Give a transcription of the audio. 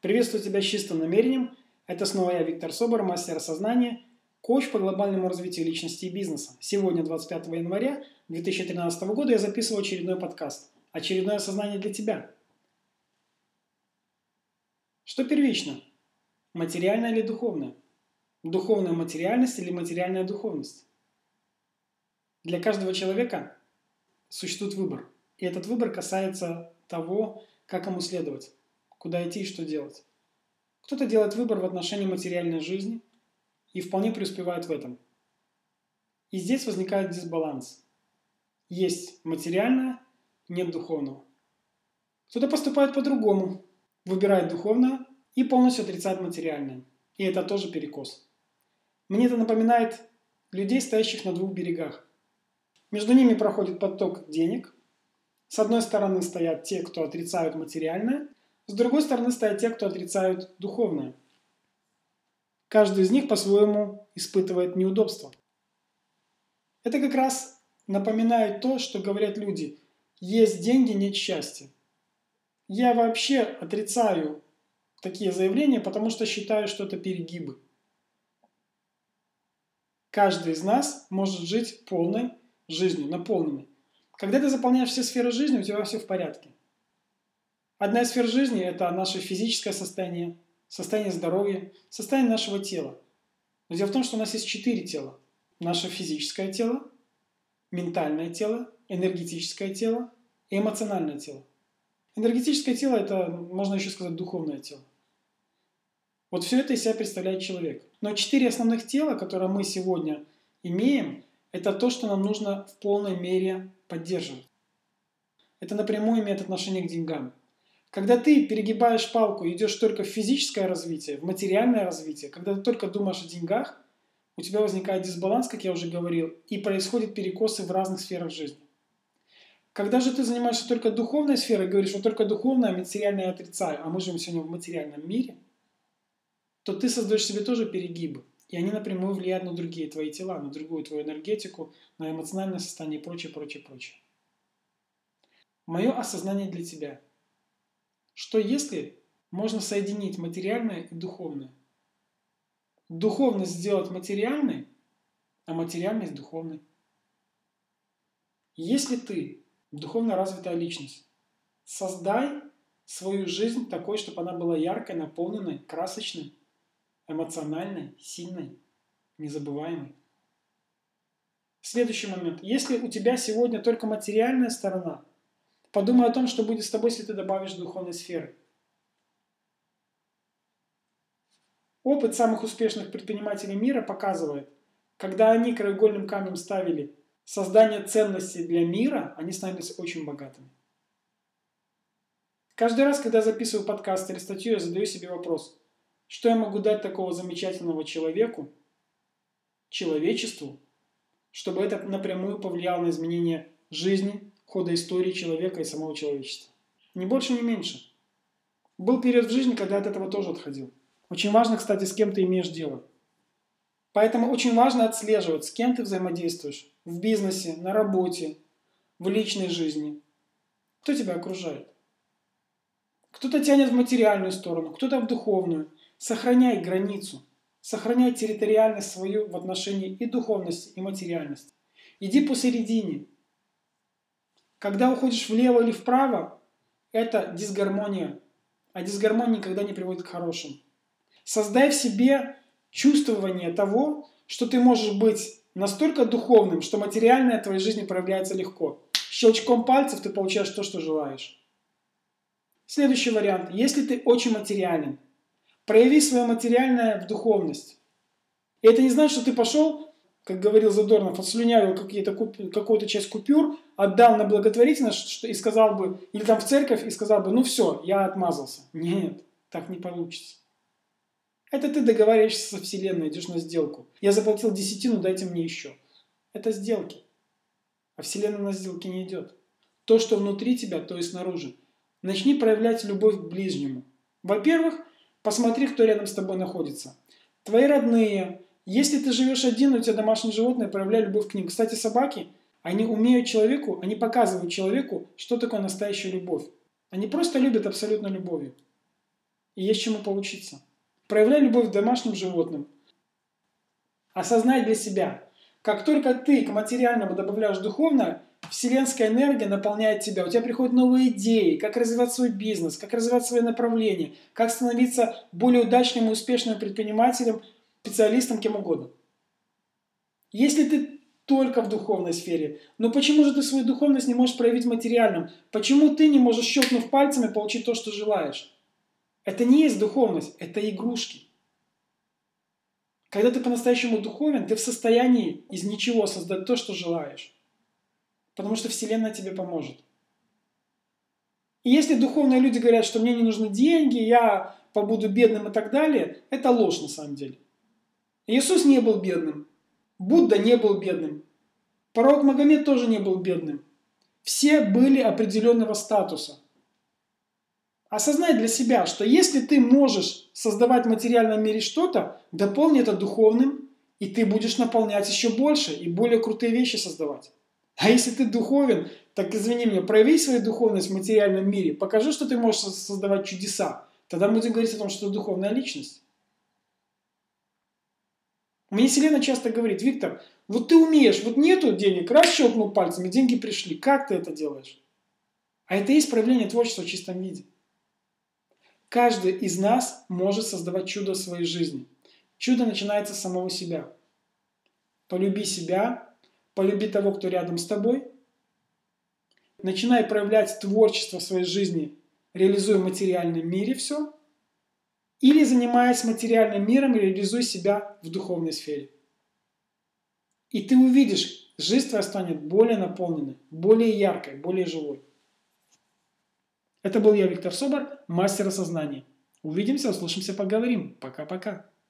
Приветствую тебя с чистым намерением. Это снова я, Виктор Собор, мастер осознания, коуч по глобальному развитию личности и бизнеса. Сегодня, 25 января 2013 года, я записываю очередной подкаст. Очередное осознание для тебя. Что первично? Материальное или духовное? Духовная материальность или материальная духовность? Для каждого человека существует выбор. И этот выбор касается того, как ему следовать, куда идти и что делать. Кто-то делает выбор в отношении материальной жизни и вполне преуспевает в этом. И здесь возникает дисбаланс. Есть материальное, нет духовного. Кто-то поступает по-другому, выбирает духовное и полностью отрицает материальное. И это тоже перекос. Мне это напоминает людей, стоящих на двух берегах. Между ними проходит поток денег. С одной стороны стоят те, кто отрицают материальное, с другой стороны стоят те, кто отрицают духовное. Каждый из них по-своему испытывает неудобства. Это как раз напоминает то, что говорят люди: есть деньги, нет счастья. Я вообще отрицаю такие заявления, потому что считаю, что это перегибы. Каждый из нас может жить полной жизнью, наполненной. Когда ты заполняешь все сферы жизни, у тебя все в порядке. Одна из сфер жизни – это наше физическое состояние, состояние здоровья, состояние нашего тела. Но дело в том, что у нас есть 4 тела. Наше физическое тело, ментальное тело, энергетическое тело и эмоциональное тело. Энергетическое тело – это, можно еще сказать, духовное тело. Вот все это из себя представляет человек. Но 4 основных тела, которые мы сегодня имеем, это то, что нам нужно в полной мере поддерживать. Это напрямую имеет отношение к деньгам. Когда ты перегибаешь палку и идешь только в физическое развитие, в материальное развитие, когда ты только думаешь о деньгах, у тебя возникает дисбаланс, как я уже говорил, и происходят перекосы в разных сферах жизни. Когда же ты занимаешься только духовной сферой, говоришь, что только духовное, а материальное я отрицаю, а мы живем сегодня в материальном мире, то ты создаешь себе тоже перегибы. И они напрямую влияют на другие твои тела, на другую твою энергетику, на эмоциональное состояние и прочее, прочее, прочее. Мое осознание для тебя. Что если можно соединить материальное и духовное? Духовность сделать материальной, а материальность духовной. Если ты духовно развитая личность, создай свою жизнь такой, чтобы она была яркой, наполненной, красочной, эмоциональной, сильной, незабываемой. Следующий момент. Если у тебя сегодня только материальная сторона, подумай о том, что будет с тобой, если ты добавишь духовной сферы. Опыт самых успешных предпринимателей мира показывает, когда они краеугольным камнем ставили создание ценностей для мира, они становились очень богатыми. Каждый раз, когда я записываю подкаст или статью, я задаю себе вопрос: что я могу дать такого замечательного человеку, человечеству, чтобы это напрямую повлияло на изменение жизни, хода истории человека и самого человечества. Ни больше, ни меньше. Был период в жизни, когда я от этого тоже отходил. Очень важно, кстати, с кем ты имеешь дело. Поэтому очень важно отслеживать, с кем ты взаимодействуешь в бизнесе, на работе, в личной жизни. Кто тебя окружает? Кто-то тянет в материальную сторону, кто-то в духовную. Сохраняй границу, сохраняй территориальность свою в отношении и духовности, и материальности. Иди посередине. Когда уходишь влево или вправо, это дисгармония. А дисгармония никогда не приводит к хорошему. Создай в себе чувствование того, что ты можешь быть настолько духовным, что материальное в твоей жизни проявляется легко. Щелчком пальцев ты получаешь то, что желаешь. Следующий вариант. Если ты очень материален, прояви свое материальное в духовность. И это не значит, что ты пошел, как говорил Задорнов, отслюнявил какую-то часть купюр, отдал на благотворительность и сказал бы, или там в церковь и сказал бы: ну все, я отмазался. Нет, так не получится. Это ты договариваешься со Вселенной, идешь на сделку. Я заплатил 10, дайте мне еще. Это сделки. А Вселенная на сделки не идет. То, что внутри тебя, то и снаружи. Начни проявлять любовь к ближнему. Во-первых, посмотри, кто рядом с тобой находится. Твои родные. Если ты живешь один, у тебя домашние животные, проявляй любовь к ним. Кстати, собаки, они умеют человеку, они показывают человеку, что такое настоящая любовь. Они просто любят абсолютно любовью. И есть чему поучиться. Проявляй любовь к домашним животным. Осознай для себя. Как только ты к материальному добавляешь духовное, вселенская энергия наполняет тебя. У тебя приходят новые идеи, как развивать свой бизнес, как развивать свои направления, как становиться более удачным и успешным предпринимателем, специалистом, кем угодно. Если ты только в духовной сфере, но почему же ты свою духовность не можешь проявить в материальном? Почему ты не можешь, щелкнув пальцами, получить то, что желаешь? Это не есть духовность, это игрушки. Когда ты по-настоящему духовен, ты в состоянии из ничего создать то, что желаешь. Потому что Вселенная тебе поможет. И если духовные люди говорят, что мне не нужны деньги, я побуду бедным и так далее, это ложь на самом деле. Иисус не был бедным. Будда не был бедным. Пророк Магомед тоже не был бедным. Все были определенного статуса. Осознай для себя, что если ты можешь создавать в материальном мире что-то, дополни это духовным, и ты будешь наполнять еще больше и более крутые вещи создавать. А если ты духовен, так извини меня, прояви свою духовность в материальном мире, покажи, что ты можешь создавать чудеса. Тогда мы будем говорить о том, что ты духовная личность. Мне Вселенная часто говорит: Виктор, вот ты умеешь, вот нету денег, раз щелкнул пальцами, деньги пришли. Как ты это делаешь? А это и есть проявление творчества в чистом виде. Каждый из нас может создавать чудо в своей жизни. Чудо начинается с самого себя. Полюби себя, полюби того, кто рядом с тобой. Начинай проявлять творчество в своей жизни, реализуя в материальном мире все. Или, занимаясь материальным миром, реализуй себя в духовной сфере. И ты увидишь, жизнь твоя станет более наполненной, более яркой, более живой. Это был я, Виктор Собор, мастер осознания. Увидимся, услышимся, поговорим. Пока-пока.